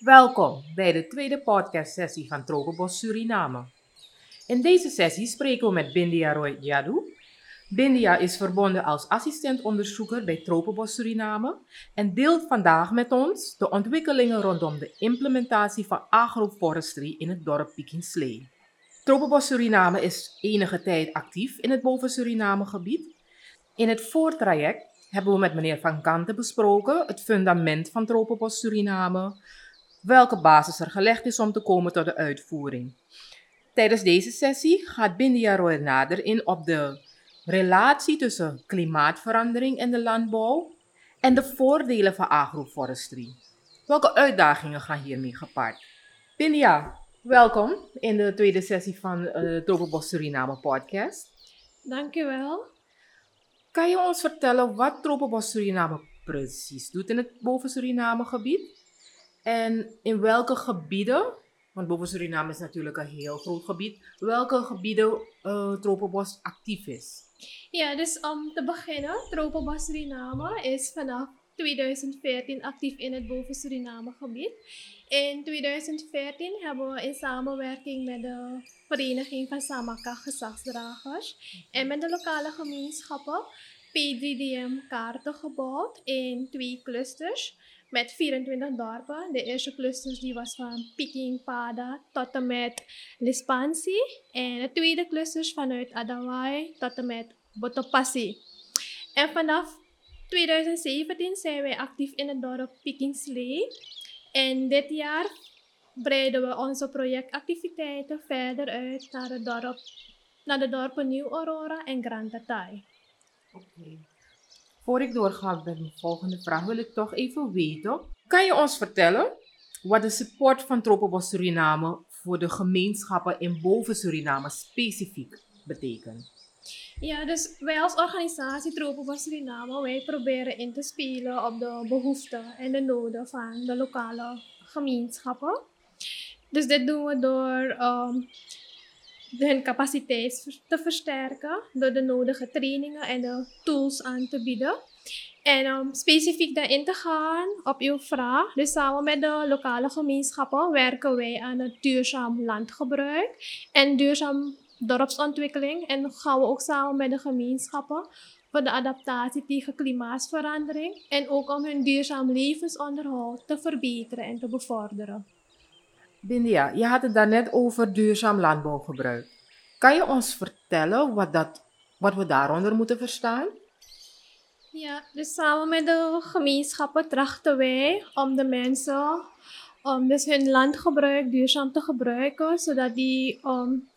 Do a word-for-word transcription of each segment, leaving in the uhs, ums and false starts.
Welkom bij de tweede podcastsessie van Tropenbos Suriname. In deze sessie spreken we met Bindia Roy Jadu. Bindia is verbonden als assistent-onderzoeker bij Tropenbos Suriname en deelt vandaag met ons de ontwikkelingen rondom de implementatie van agroforestry in het dorp Pikingslee. Tropenbos Suriname is enige tijd actief in het Boven-Suriname gebied. In het voortraject hebben we met meneer Van Kanten besproken het fundament van Tropenbos Suriname, welke basis er gelegd is om te komen tot de uitvoering. Tijdens deze sessie gaat Bindia Roy nader in op de relatie tussen klimaatverandering en de landbouw en de voordelen van agroforestry. Welke uitdagingen gaan hiermee gepaard? Bindia, welkom in de tweede sessie van de Tropenbos Suriname podcast. Dankjewel. Kan je ons vertellen wat Tropenbos Suriname precies doet in het Boven-Suriname gebied? En in welke gebieden, want Boven-Suriname is natuurlijk een heel groot gebied, welke gebieden uh, Tropenbos actief is? Ja, dus om te beginnen, Tropenbos Suriname is vanaf tweeduizend veertien actief in het Boven-Suriname gebied. In tweeduizend veertien hebben we in samenwerking met de Vereniging van Samaka Gezagsdragers en met de lokale gemeenschappen P drie D M kaarten gebouwd in twee clusters met vierentwintig dorpen. De eerste cluster die was van Piking Pada tot en met Lispansi en de tweede cluster vanuit Adawai tot en met Botopasi. En vanaf tweeduizend zeventien zijn wij actief in het dorp Pikingslee. En dit jaar breiden we onze projectactiviteiten verder uit naar, het dorp, naar de dorpen Nieuw Aurora en Grand Tatai. Oké. Okay. Voor ik doorga met mijn volgende vraag wil ik toch even weten. Kan je ons vertellen wat de support van Tropenbos Suriname voor de gemeenschappen in Boven-Suriname specifiek betekent? Ja, dus wij als organisatie Tropenbos Suriname, wij proberen in te spelen op de behoeften en de noden van de lokale gemeenschappen. Dus dit doen we door um, hun capaciteit te versterken, door de nodige trainingen en de tools aan te bieden. En om um, specifiek daarin te gaan op uw vraag, dus samen met de lokale gemeenschappen werken wij aan het duurzaam landgebruik en duurzaam dorpsontwikkeling. En gaan we ook samen met de gemeenschappen voor de adaptatie tegen klimaatverandering en ook om hun duurzaam levensonderhoud te verbeteren en te bevorderen. Bindia, je had het daarnet over duurzaam landbouwgebruik. Kan je ons vertellen wat, dat, wat we daaronder moeten verstaan? Ja, dus samen met de gemeenschappen trachten wij om de mensen om dus hun landgebruik duurzaam te gebruiken, zodat die um,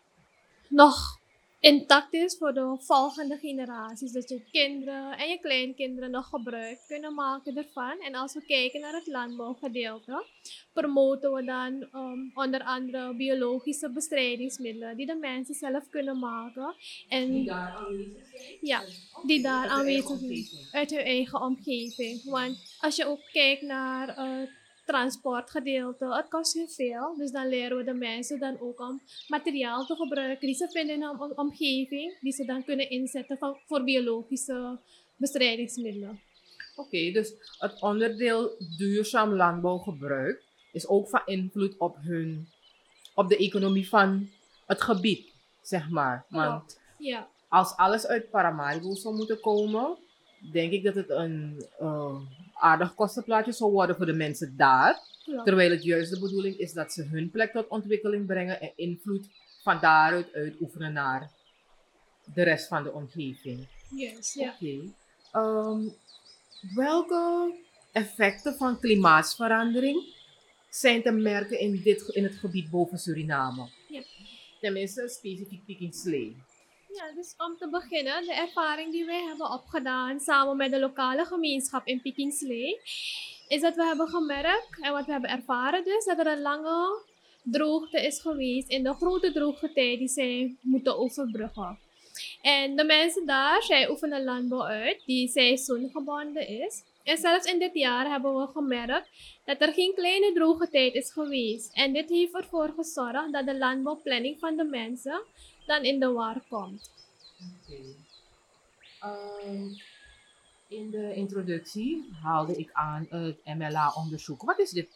nog intact is voor de volgende generaties. Dat je kinderen en je kleinkinderen nog gebruik kunnen maken ervan. En als we kijken naar het landbouwgedeelte, promoten we dan um, onder andere biologische bestrijdingsmiddelen die de mensen zelf kunnen maken. En die daar aanwezig zijn? Ja, die daar aanwezig zijn uit hun eigen omgeving. Want als je ook kijkt naar het uh, transportgedeelte, het kost heel veel. Dus dan leren we de mensen dan ook om materiaal te gebruiken die ze vinden in hun omgeving, die ze dan kunnen inzetten voor, voor biologische bestrijdingsmiddelen. Oké, okay, dus het onderdeel duurzaam landbouwgebruik is ook van invloed op, hun, op de economie van het gebied, zeg maar. Want ja. Als alles uit Paramaribo zou moeten komen, denk ik dat het een uh, aardig kostenplaatje zou worden voor de mensen daar. Ja. Terwijl het juist de bedoeling is dat ze hun plek tot ontwikkeling brengen en invloed van daaruit uitoefenen naar de rest van de omgeving. Yes, ja. Oké. Okay. Um, welke effecten van klimaatsverandering zijn te merken in, dit, in het gebied boven Suriname? Ja. Tenminste, specifiek Pikingslee. Ja, dus om te beginnen, de ervaring die wij hebben opgedaan samen met de lokale gemeenschap in Pikingslee, is dat we hebben gemerkt en wat we hebben ervaren dus, dat er een lange droogte is geweest in de grote droogtetijd die zij moeten overbruggen. En de mensen daar, zij oefenen landbouw uit die seizoengebonden is. En zelfs in dit jaar hebben we gemerkt dat er geen kleine droge tijd is geweest. En dit heeft ervoor gezorgd dat de landbouwplanning van de mensen dan in de war komt. Oké. Okay. Um, in de introductie haalde ik aan het M L A-onderzoek. Wat is dit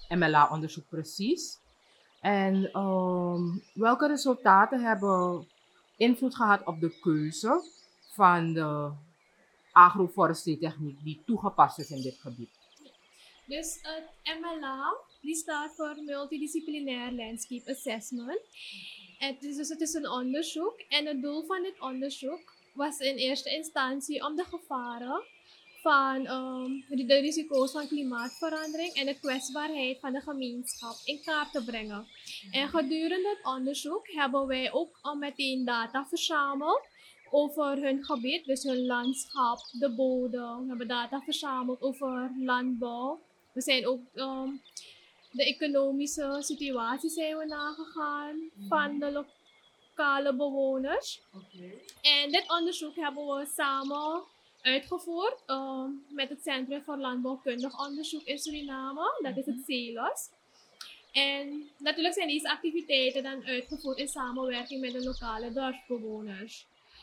M L A-onderzoek precies? En um, welke resultaten hebben invloed gehad op de keuze van de agroforestry techniek die toegepast is in dit gebied? Dus het M L A die staat voor Multidisciplinair Landscape Assessment. Het is, dus het is een onderzoek en het doel van dit onderzoek was in eerste instantie om de gevaren van um, de risico's van klimaatverandering en de kwetsbaarheid van de gemeenschap in kaart te brengen. En gedurende het onderzoek hebben wij ook al meteen data verzameld over hun gebied, dus hun landschap, de bodem. We hebben data verzameld over landbouw. We zijn ook um, de economische situatie zijn we nagegaan van de lokale bewoners. Okay. En dit onderzoek hebben we samen uitgevoerd um, met het Centrum voor Landbouwkundig Onderzoek in Suriname, dat is het CELOS. En natuurlijk zijn deze activiteiten dan uitgevoerd in samenwerking met de lokale dorpsbewoners.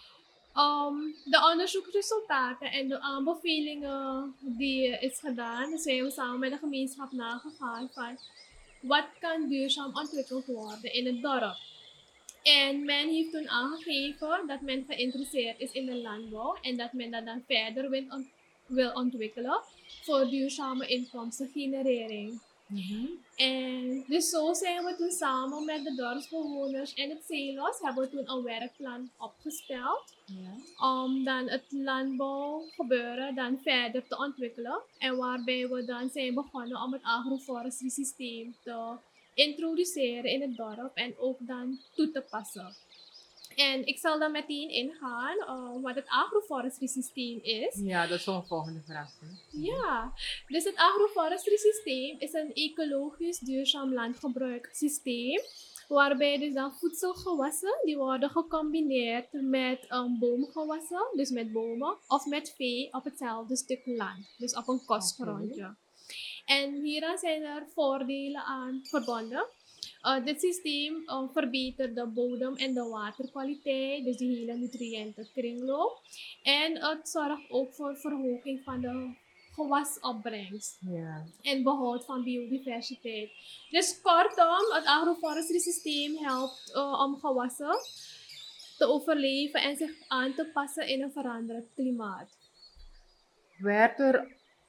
Um, de onderzoeksresultaten en de aanbevelingen die is gedaan, zijn we samen met de gemeenschap nagegaan van wat kan duurzaam ontwikkeld worden in het dorp. En men heeft toen aangegeven dat men geïnteresseerd is in de landbouw en dat men dat dan verder wil, ont- wil ontwikkelen voor duurzame inkomstengenerering. Mm-hmm. En dus zo zijn we toen samen met de dorpsbewoners en het CELOS hebben we toen een werkplan opgesteld. Yeah. Om dan het landbouwgebeuren dan verder te ontwikkelen. En waarbij we dan zijn begonnen om het agroforestry systeem te introduceren in het dorp en ook dan toe te passen. En ik zal dan meteen ingaan uh, wat het agroforestry systeem is. Ja, dat is zo'n volgende vraag. Hè? Ja, dus het agroforestry systeem is een ecologisch duurzaam landgebruiksysteem. Waarbij dus dan voedselgewassen die worden gecombineerd met um, boomgewassen, dus met bomen, of met vee op hetzelfde stuk land, dus op een kostgrondje. Okay. En hieraan zijn er voordelen aan verbonden. Uh, dit systeem uh, verbetert de bodem- en de waterkwaliteit, dus die hele nutriëntenkringloop. En het zorgt ook voor verhoging van de gewasopbrengst yeah. en behoud van biodiversiteit. Dus kortom, het agroforestry systeem helpt uh, om gewassen te overleven en zich aan te passen in een veranderend klimaat. Werd er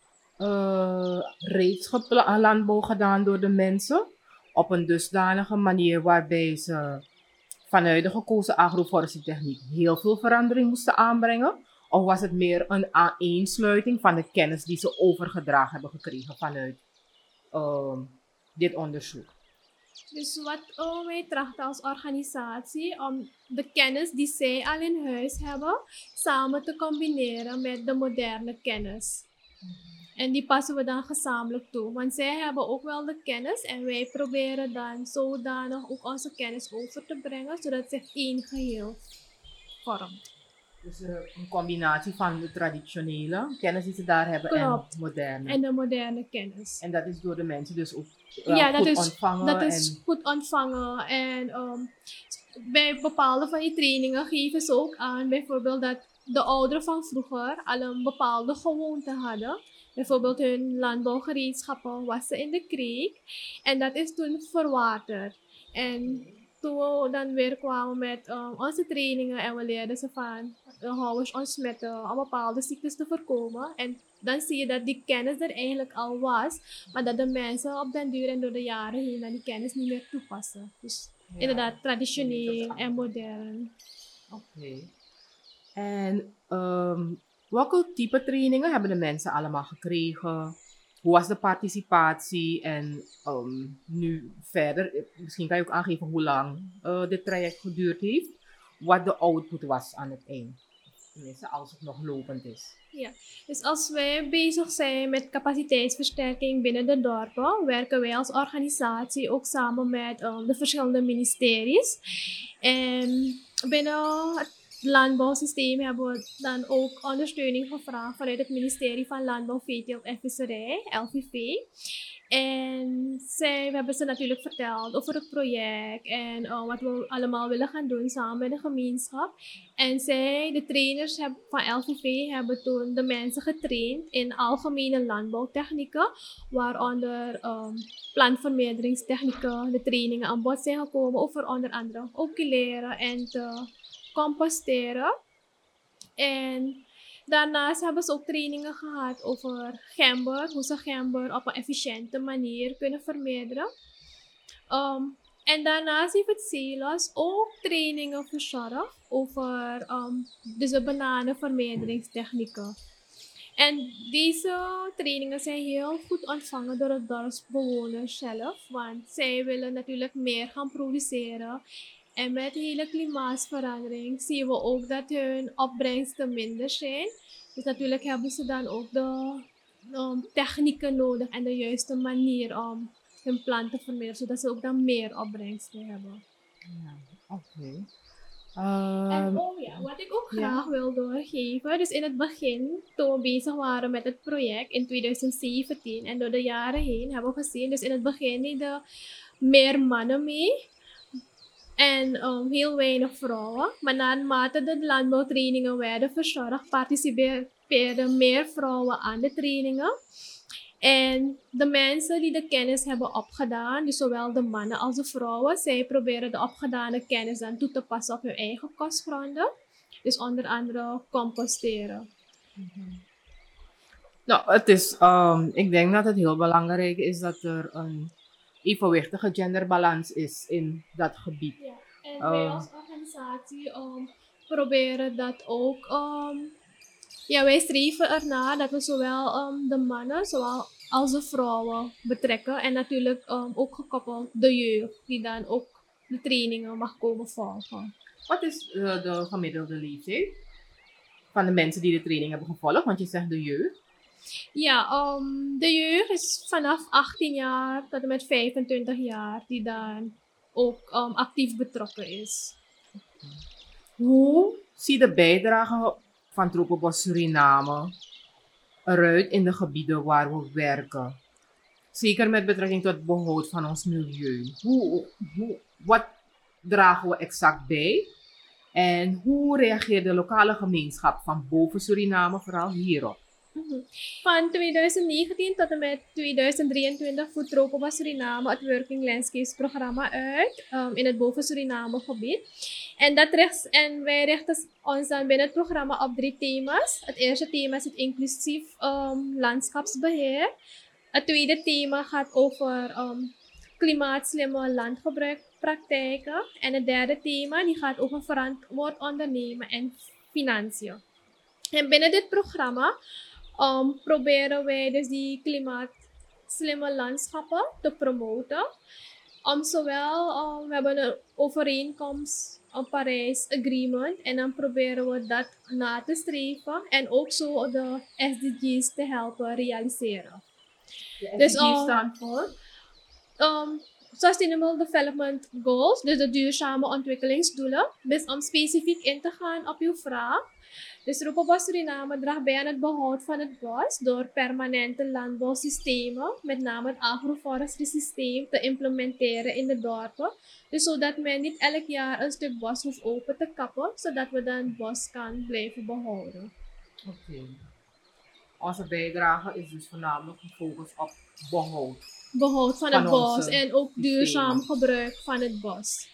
uh, reeds gepla- landbouw gedaan door de mensen op een dusdanige manier waarbij ze vanuit de gekozen agroforestry techniek heel veel verandering moesten aanbrengen? Of was het meer een aaneensluiting van de kennis die ze overgedragen hebben gekregen vanuit uh, dit onderzoek? Dus wat uh, wij trachten als organisatie om de kennis die zij al in huis hebben samen te combineren met de moderne kennis. En die passen we dan gezamenlijk toe. Want zij hebben ook wel de kennis en wij proberen dan zodanig ook onze kennis over te brengen, zodat het zich één geheel vormt. Dus uh, een combinatie van de traditionele kennis die ze daar hebben. Klopt. En moderne. En de moderne kennis. En dat is door de mensen dus ook uh, ja, dat goed is, ontvangen. dat is en... goed ontvangen. En um, bij bepaalde van die trainingen geven ze ook aan, bijvoorbeeld dat de ouderen van vroeger al een bepaalde gewoonte hadden. Bijvoorbeeld hun landbouwgereedschappen wassen in de kreek. En dat is toen verwaterd. En toen we dan weer kwamen met um, onze trainingen en we leerden ze van de houders ontsmetten om bepaalde ziektes te voorkomen. En dan zie je dat die kennis er eigenlijk al was, maar dat de mensen op den duur en door de jaren heen dan die kennis niet meer toepassen. Dus ja, inderdaad traditioneel en modern. Oké. Okay. En um, welke type trainingen hebben de mensen allemaal gekregen? Hoe was de participatie? En um, nu verder, misschien kan je ook aangeven hoe lang uh, dit traject geduurd heeft. Wat de output was aan het eind. Tenminste, als het nog lopend is. Ja, dus als wij bezig zijn met capaciteitsversterking binnen de dorpen, werken wij als organisatie ook samen met um, de verschillende ministeries. En binnen het landbouwsysteem hebben we dan ook ondersteuning gevraagd vanuit het ministerie van Landbouw, Veeteelt en Visserij, L V V. En zij, we hebben ze natuurlijk verteld over het project en uh, wat we allemaal willen gaan doen samen met de gemeenschap. En zij, de trainers heb, van L V V, hebben toen de mensen getraind in algemene landbouwtechnieken, waaronder um, plantvermeerderingstechnieken, de trainingen aan bod zijn gekomen over onder andere oculeren en te composteren. En daarnaast hebben ze ook trainingen gehad over gember, hoe ze gember op een efficiënte manier kunnen vermeerderen. Um, en daarnaast heeft het CELAS ook trainingen verzorgd over um, dus de bananenvermeerderingstechnieken. En deze trainingen zijn heel goed ontvangen door de dorpsbewoners zelf, want zij willen natuurlijk meer gaan produceren. En met de hele klimaatsverandering zien we ook dat hun opbrengsten minder zijn. Dus natuurlijk hebben ze dan ook de um, technieken nodig en de juiste manier om hun planten te vermeerderen, zodat ze ook dan meer opbrengsten hebben. Ja, oké. Okay. En Um, oh ja, wat ik ook graag ja. wil doorgeven, dus in het begin, toen we bezig waren met het project in twintig zeventien en door de jaren heen, hebben we gezien, dus in het begin deden meer mannen mee. En um, heel weinig vrouwen. Maar naarmate de landbouwtrainingen werden verzorgd, participeerden meer vrouwen aan de trainingen. En de mensen die de kennis hebben opgedaan, dus zowel de mannen als de vrouwen, zij proberen de opgedane kennis dan toe te passen op hun eigen kostgronden. Dus onder andere composteren. Mm-hmm. Nou, het is, um, ik denk dat het heel belangrijk is dat er een evenwichtige genderbalans is in dat gebied. Ja, en wij uh, als organisatie um, proberen dat ook. Um, ja, wij streven ernaar dat we zowel um, de mannen zowel als de vrouwen betrekken. En natuurlijk um, ook gekoppeld de jeugd, die dan ook de trainingen mag komen volgen. Wat is uh, de gemiddelde leeftijd van de mensen die de training hebben gevolgd? Want je zegt de jeugd. Ja, um, de jeugd is vanaf achttien jaar tot en met vijfentwintig jaar die dan ook um, actief betrokken is. Hoe ziet de bijdrage van Tropenbos Suriname eruit in de gebieden waar we werken? Zeker met betrekking tot het behoud van ons milieu. Hoe, hoe, wat dragen we exact bij? En hoe reageert de lokale gemeenschap van boven Suriname vooral hierop? Van twintig negentien tot en met tweeduizend drieëntwintig voert Tropenbos Suriname het Working Landscapes programma uit um, in het boven Suriname gebied. En, dat rechts, en wij richten ons dan binnen het programma op drie thema's. Het eerste thema is het inclusief um, landschapsbeheer. Het tweede thema gaat over um, klimaatslimme landgebruikpraktijken. En het derde thema die gaat over verantwoord ondernemen en financiën. En binnen dit programma Um, proberen wij dus die klimaatslimme landschappen te promoten. Um, zowel, um, we hebben een overeenkomst, een Parijs Agreement, en dan proberen we dat na te streven en ook zo de S D G's te helpen realiseren. De S D G dus, um, staat voor? Um, Sustainable Development Goals, dus de duurzame ontwikkelingsdoelen. Dus om specifiek in te gaan op uw vraag. Dus Tropenbos Suriname draagt bij aan het behoud van het bos door permanente landbouwsystemen, met name het agroforestry systeem, te implementeren in de dorpen. Dus zodat men niet elk jaar een stuk bos hoeft open te kappen, zodat we dan het bos kan blijven behouden. Oké. Okay. Onze bijdrage is dus voornamelijk gefocust op behoud. Behoud van, van het bos en ook duurzaam systemen. Gebruik van het bos.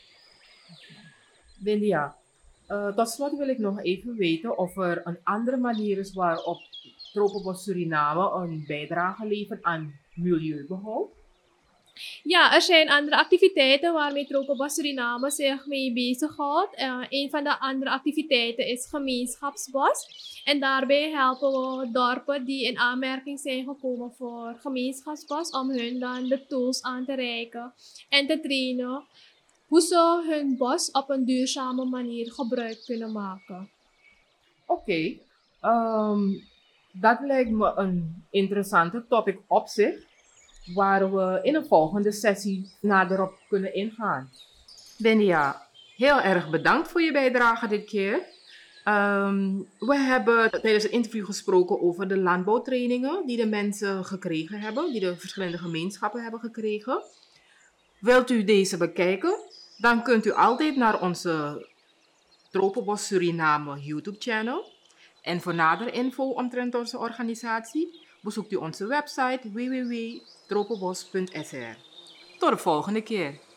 Bindia. Uh, tot slot wil ik nog even weten of er een andere manier is waarop Tropenbos Suriname een bijdrage levert aan milieubehoud. Ja, er zijn andere activiteiten waarmee Tropenbos Suriname zich mee bezighoudt. Uh, een van de andere activiteiten is gemeenschapsbos. En daarbij helpen we dorpen die in aanmerking zijn gekomen voor gemeenschapsbos om hun dan de tools aan te reiken en te trainen hoe ze hun bos op een duurzame manier gebruik kunnen maken. Oké, okay. um, dat lijkt me een interessante topic op zich, waar we in een volgende sessie nader op kunnen ingaan. Bindia, heel erg bedankt voor je bijdrage dit keer. Um, we hebben tijdens het interview gesproken over de landbouwtrainingen die de mensen gekregen hebben, die de verschillende gemeenschappen hebben gekregen. Wilt u deze bekijken? Dan kunt u altijd naar onze Tropenbos Suriname YouTube-channel. En voor nadere info omtrent onze organisatie, bezoekt u onze website w w w punt tropenbos punt s r. Tot de volgende keer.